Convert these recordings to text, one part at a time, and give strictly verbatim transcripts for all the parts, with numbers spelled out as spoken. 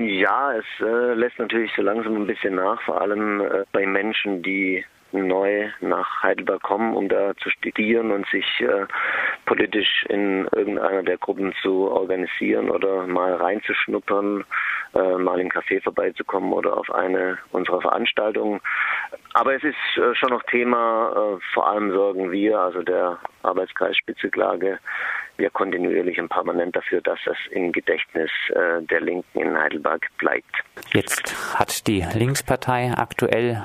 Ja, es äh, lässt natürlich so langsam ein bisschen nach, vor allem äh, bei Menschen, die neu nach Heidelberg kommen, um da zu studieren und sich äh, politisch in irgendeiner der Gruppen zu organisieren oder mal reinzuschnuppern, äh, mal im Café vorbeizukommen oder auf eine unserer Veranstaltungen. Aber es ist äh, schon noch Thema, äh, vor allem sorgen wir, also der Arbeitskreis Spitzelklage, wir kontinuierlich und permanent dafür, dass das im Gedächtnis äh, der Linken in Heidelberg bleibt. Jetzt hat die Linkspartei aktuell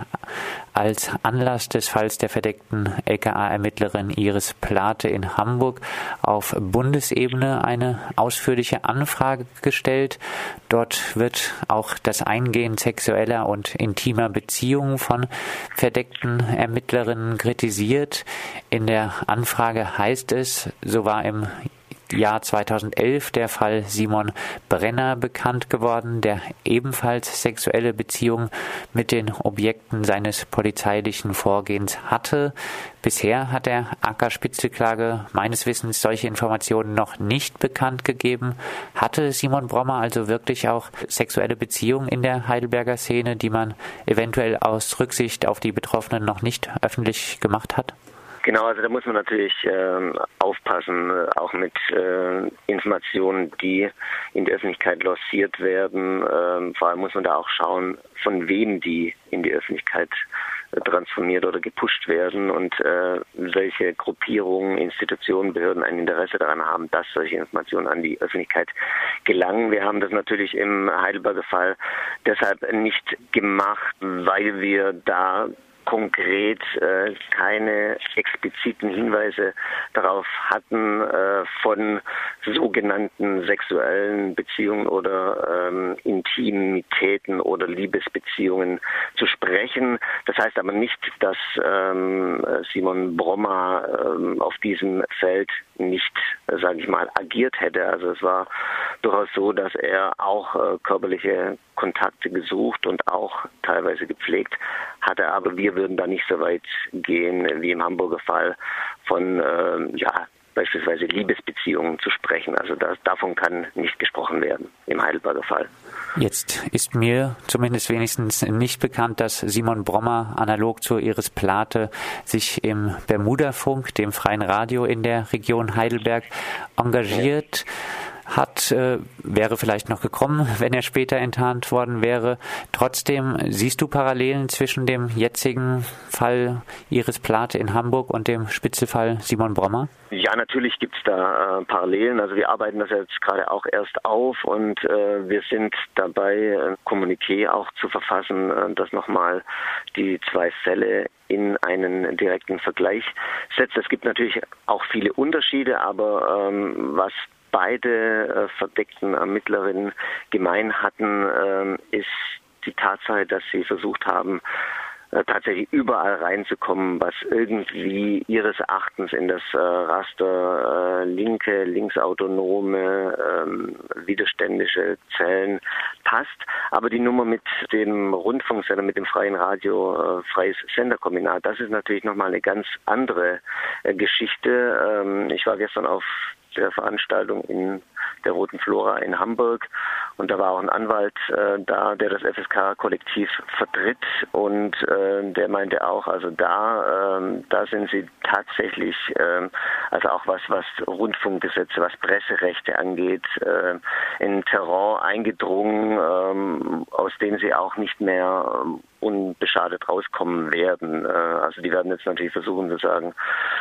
als Anlass des Falls der verdeckten L K A-Ermittlerin Iris Plate in Hamburg auf Bundesebene eine ausführliche Anfrage gestellt. Dort wird auch das Eingehen sexueller und intimer Beziehungen von verdeckten Ermittlerinnen kritisiert. In der Anfrage heißt es, so war im Jahr zweitausendelf der Fall Simon Brenner bekannt geworden, der ebenfalls sexuelle Beziehungen mit den Objekten seines polizeilichen Vorgehens hatte. Bisher hat der Acker Spitzelklage meines Wissens solche Informationen noch nicht bekannt gegeben. Hatte Simon Brommer also wirklich auch sexuelle Beziehungen in der Heidelberger Szene, die man eventuell aus Rücksicht auf die Betroffenen noch nicht öffentlich gemacht hat? Genau, also da muss man natürlich ähm, aufpassen, äh, auch mit äh, Informationen, die in der Öffentlichkeit lanciert werden. Ähm, vor allem muss man da auch schauen, von wem die in die Öffentlichkeit äh, transformiert oder gepusht werden und äh, welche Gruppierungen, Institutionen, Behörden ein Interesse daran haben, dass solche Informationen an die Öffentlichkeit gelangen. Wir haben das natürlich im Heidelberger Fall deshalb nicht gemacht, weil wir da konkret äh, keine expliziten Hinweise darauf hatten, äh, von sogenannten sexuellen Beziehungen oder ähm, Intimitäten oder Liebesbeziehungen zu sprechen. Das heißt aber nicht, dass ähm, Simon Brommer ähm, auf diesem Feld nicht, äh, sage ich mal, agiert hätte. Also es war durchaus so, dass er auch äh, körperliche Kontakte gesucht und auch teilweise gepflegt hatte, aber wir würden da nicht so weit gehen wie im Hamburger Fall von äh, ja beispielsweise Liebesbeziehungen zu sprechen. Also das, davon kann nicht gesprochen werden im Heidelberger Fall. Jetzt ist mir zumindest wenigstens nicht bekannt, dass Simon Brommer analog zu Iris Plate sich im Bermuda-Funk, dem freien Radio in der Region Heidelberg, engagiert. Ja. hat, äh, wäre vielleicht noch gekommen, wenn er später enttarnt worden wäre. Trotzdem, siehst du Parallelen zwischen dem jetzigen Fall Iris Plate in Hamburg und dem Spitzelfall Simon Brommer? Ja, natürlich gibt es da äh, Parallelen. Also wir arbeiten das jetzt gerade auch erst auf und äh, wir sind dabei, ein Kommuniqué auch zu verfassen, äh, das nochmal die zwei Fälle in einen direkten Vergleich setzt. Es gibt natürlich auch viele Unterschiede, aber ähm, was beide äh, verdeckten Ermittlerinnen gemein hatten, äh, ist die Tatsache, dass sie versucht haben, äh, tatsächlich überall reinzukommen, was irgendwie ihres Erachtens in das äh, Raster äh, linke, linksautonome, äh, widerständische Zellen passt. Aber die Nummer mit dem Rundfunksender, mit dem freien Radio, äh, freies Senderkombinat, das ist natürlich nochmal eine ganz andere äh, Geschichte. Ähm, ich war gestern auf der Veranstaltung in der Roten Flora in Hamburg und da war auch ein Anwalt äh, da, der das F S K-Kollektiv vertritt und äh, der meinte auch, also da äh, da sind sie tatsächlich, äh, also auch was was Rundfunkgesetze, was Presserechte angeht, äh, in Terrain eingedrungen, äh, aus dem sie auch nicht mehr äh, unbeschadet rauskommen werden. Äh, also die werden jetzt natürlich versuchen zu sagen,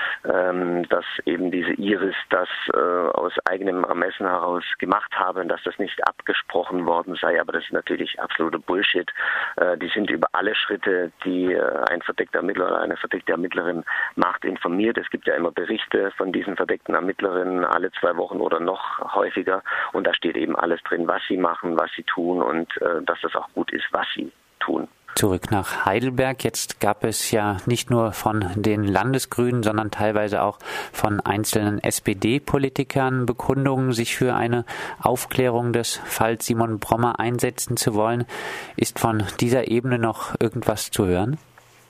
ähm, dass eben diese Iris das äh, aus eigenem Ermessen heraus gemacht habe und dass das nicht abgesprochen worden sei, aber das ist natürlich absoluter Bullshit. Äh, die sind über alle Schritte, die äh, ein verdeckter Ermittler oder eine verdeckte Ermittlerin macht, informiert. Es gibt ja immer Berichte von diesen verdeckten Ermittlerinnen alle zwei Wochen oder noch häufiger und da steht eben alles drin, was sie machen, was sie tun und äh, dass das auch gut ist, was sie tun. Zurück nach Heidelberg. Jetzt gab es ja nicht nur von den Landesgrünen, sondern teilweise auch von einzelnen S P D-Politikern Bekundungen, sich für eine Aufklärung des Falls Simon Brommer einsetzen zu wollen. Ist von dieser Ebene noch irgendwas zu hören?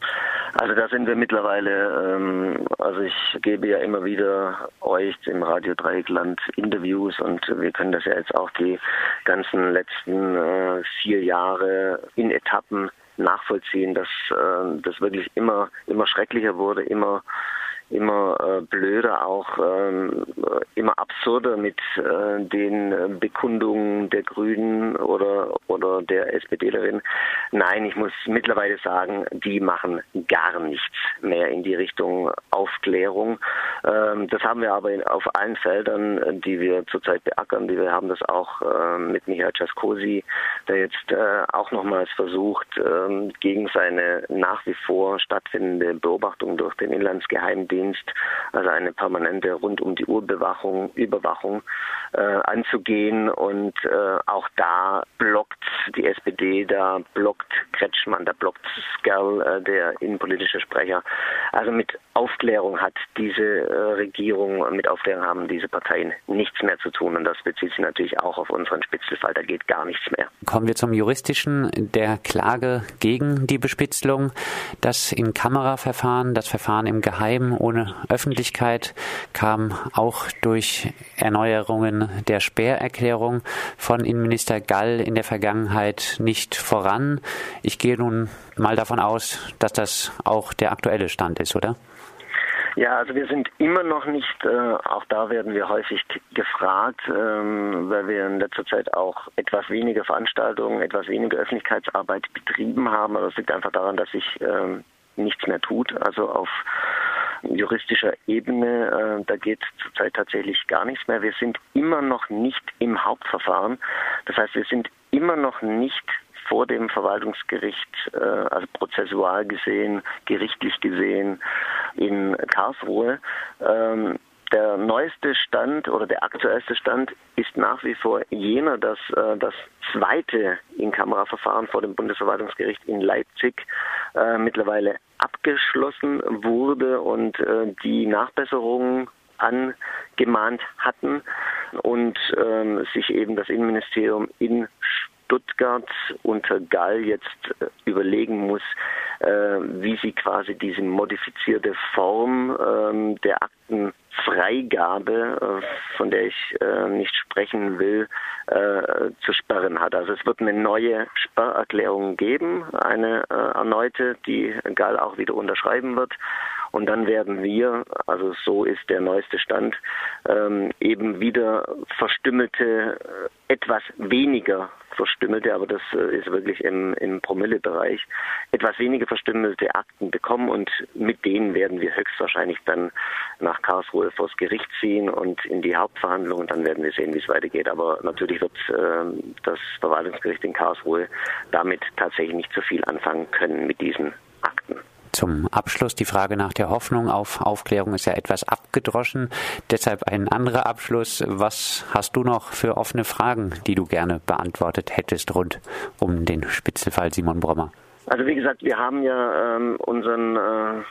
Also da sind wir mittlerweile, ähm, also ich gebe ja immer wieder euch im Radio Dreieckland Interviews und wir können das ja jetzt auch die ganzen letzten äh, vier Jahre in Etappen nachvollziehen, dass äh, das wirklich immer immer schrecklicher wurde, immer immer äh, blöder, auch ähm, immer absurder mit äh, den Bekundungen der Grünen oder oder der SPDlerin. Nein, ich muss mittlerweile sagen, die machen gar nichts mehr in die Richtung Aufklärung. Ähm, das haben wir aber in, auf allen Feldern, die wir zurzeit beackern. Wir haben das auch äh, mit Michail Trzaskosy, der jetzt äh, auch nochmals versucht, äh, gegen seine nach wie vor stattfindende Beobachtung durch den Inlandsgeheimdienst, also eine permanente rund um die Uhr Bewachung, Überwachung äh, anzugehen. Und äh, auch da blockt die S P D, da blockt Kretschmann, da blockt Skerl, äh, der innenpolitische Sprecher. Also mit Aufklärung hat diese äh, Regierung, mit Aufklärung haben diese Parteien nichts mehr zu tun. Und das bezieht sich natürlich auch auf unseren Spitzelfall, da geht gar nichts mehr. Kommen wir zum Juristischen, der Klage gegen die Bespitzelung. Das In-Kamera-Verfahren, das Verfahren im Geheimen ohne Öffentlichkeit, kam auch durch Erneuerungen der Sperrerklärung von Innenminister Gall in der Vergangenheit nicht voran. Ich gehe nun mal davon aus, dass das auch der aktuelle Stand ist, oder? Ja, also wir sind immer noch nicht, äh, auch da werden wir häufig gefragt, ähm, weil wir in letzter Zeit auch etwas weniger Veranstaltungen, etwas weniger Öffentlichkeitsarbeit betrieben haben. Aber das liegt einfach daran, dass sich ähm, nichts mehr tut. Also auf juristischer Ebene, äh, da geht zurzeit tatsächlich gar nichts mehr. Wir sind immer noch nicht im Hauptverfahren. Das heißt, wir sind immer noch nicht vor dem Verwaltungsgericht, äh, also prozessual gesehen, gerichtlich gesehen, in Karlsruhe. Ähm, der neueste Stand oder der aktuellste Stand ist nach wie vor jener, dass äh, das zweite In-Kamera-Verfahren vor dem Bundesverwaltungsgericht in Leipzig äh, mittlerweile abgeschlossen wurde und äh, die Nachbesserungen angemahnt hatten und äh, sich eben das Innenministerium in Stuttgart unter Gall jetzt äh, überlegen muss, äh, wie sie quasi diese modifizierte Form äh, der Aktenfreigabe, äh, von der ich äh, nicht sprechen will, äh, zu sperren hat. Also es wird eine neue Sperrerklärung geben, eine äh, erneute, die Gall auch wieder unterschreiben wird. Und dann werden wir, also so ist der neueste Stand, ähm, eben wieder verstümmelte, etwas weniger verstümmelte, aber das äh, ist wirklich im, im Promille-Bereich, etwas weniger verstümmelte Akten bekommen und mit denen werden wir höchstwahrscheinlich dann nach Karlsruhe vors Gericht ziehen und in die Hauptverhandlung und dann werden wir sehen, wie es weitergeht. Aber natürlich wird äh, das Verwaltungsgericht in Karlsruhe damit tatsächlich nicht so viel anfangen können mit diesen Akten. Zum Abschluss die Frage nach der Hoffnung auf Aufklärung ist ja etwas abgedroschen. Deshalb ein anderer Abschluss. Was hast du noch für offene Fragen, die du gerne beantwortet hättest rund um den Spitzelfall Simon Brommer? Also wie gesagt, wir haben ja ähm, unseren äh,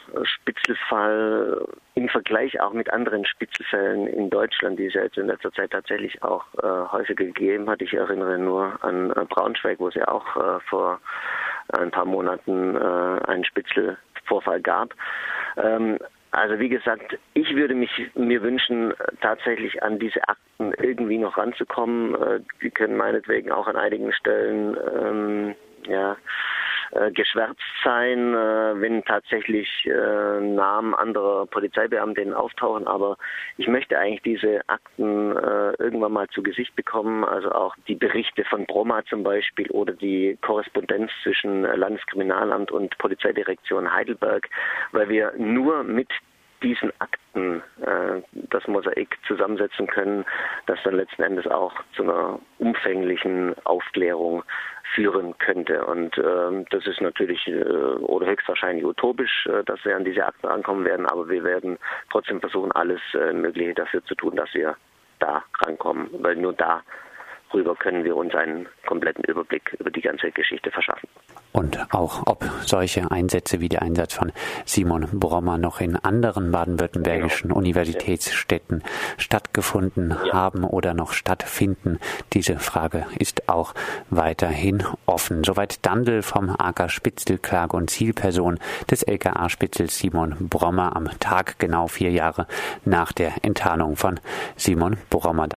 Spitzelfall im Vergleich auch mit anderen Spitzelfällen in Deutschland, die es ja jetzt in letzter Zeit tatsächlich auch äh, häufiger gegeben hat. Ich erinnere nur an äh, Braunschweig, wo es ja auch äh, vor ein paar Monaten äh, einen Spitzelvorfall gab. Ähm, also wie gesagt, ich würde mich mir wünschen, tatsächlich an diese Akten irgendwie noch ranzukommen. Äh, die können meinetwegen auch an einigen Stellen ähm, ja, äh, geschwärzt sein, äh, wenn tatsächlich äh, Namen anderer Polizeibeamtinnen auftauchen. Aber ich möchte eigentlich diese Akten äh, irgendwann mal zu Gesicht bekommen. Also auch die Berichte von Brommer zum Beispiel oder die Korrespondenz zwischen Landeskriminalamt und Polizeidirektion Heidelberg, weil wir nur mit diesen Akten äh, das Mosaik zusammensetzen können, das dann letzten Endes auch zu einer umfänglichen Aufklärung führen könnte. Und äh, das ist natürlich äh, oder höchstwahrscheinlich utopisch, äh, dass wir an diese Akten rankommen werden, aber wir werden trotzdem versuchen, alles äh, Mögliche dafür zu tun, dass wir da rankommen, weil nur da darüber können wir uns einen kompletten Überblick über die ganze Geschichte verschaffen. Und auch, ob solche Einsätze wie der Einsatz von Simon Brommer noch in anderen baden-württembergischen genau. Universitätsstädten stattgefunden ja. haben oder noch stattfinden, diese Frage ist auch weiterhin offen. Soweit Dandl vom A K Spitzel, Klage- und Zielperson des L K A-Spitzels Simon Brommer am Tag genau vier Jahre nach der Enttarnung von Simon Brommer.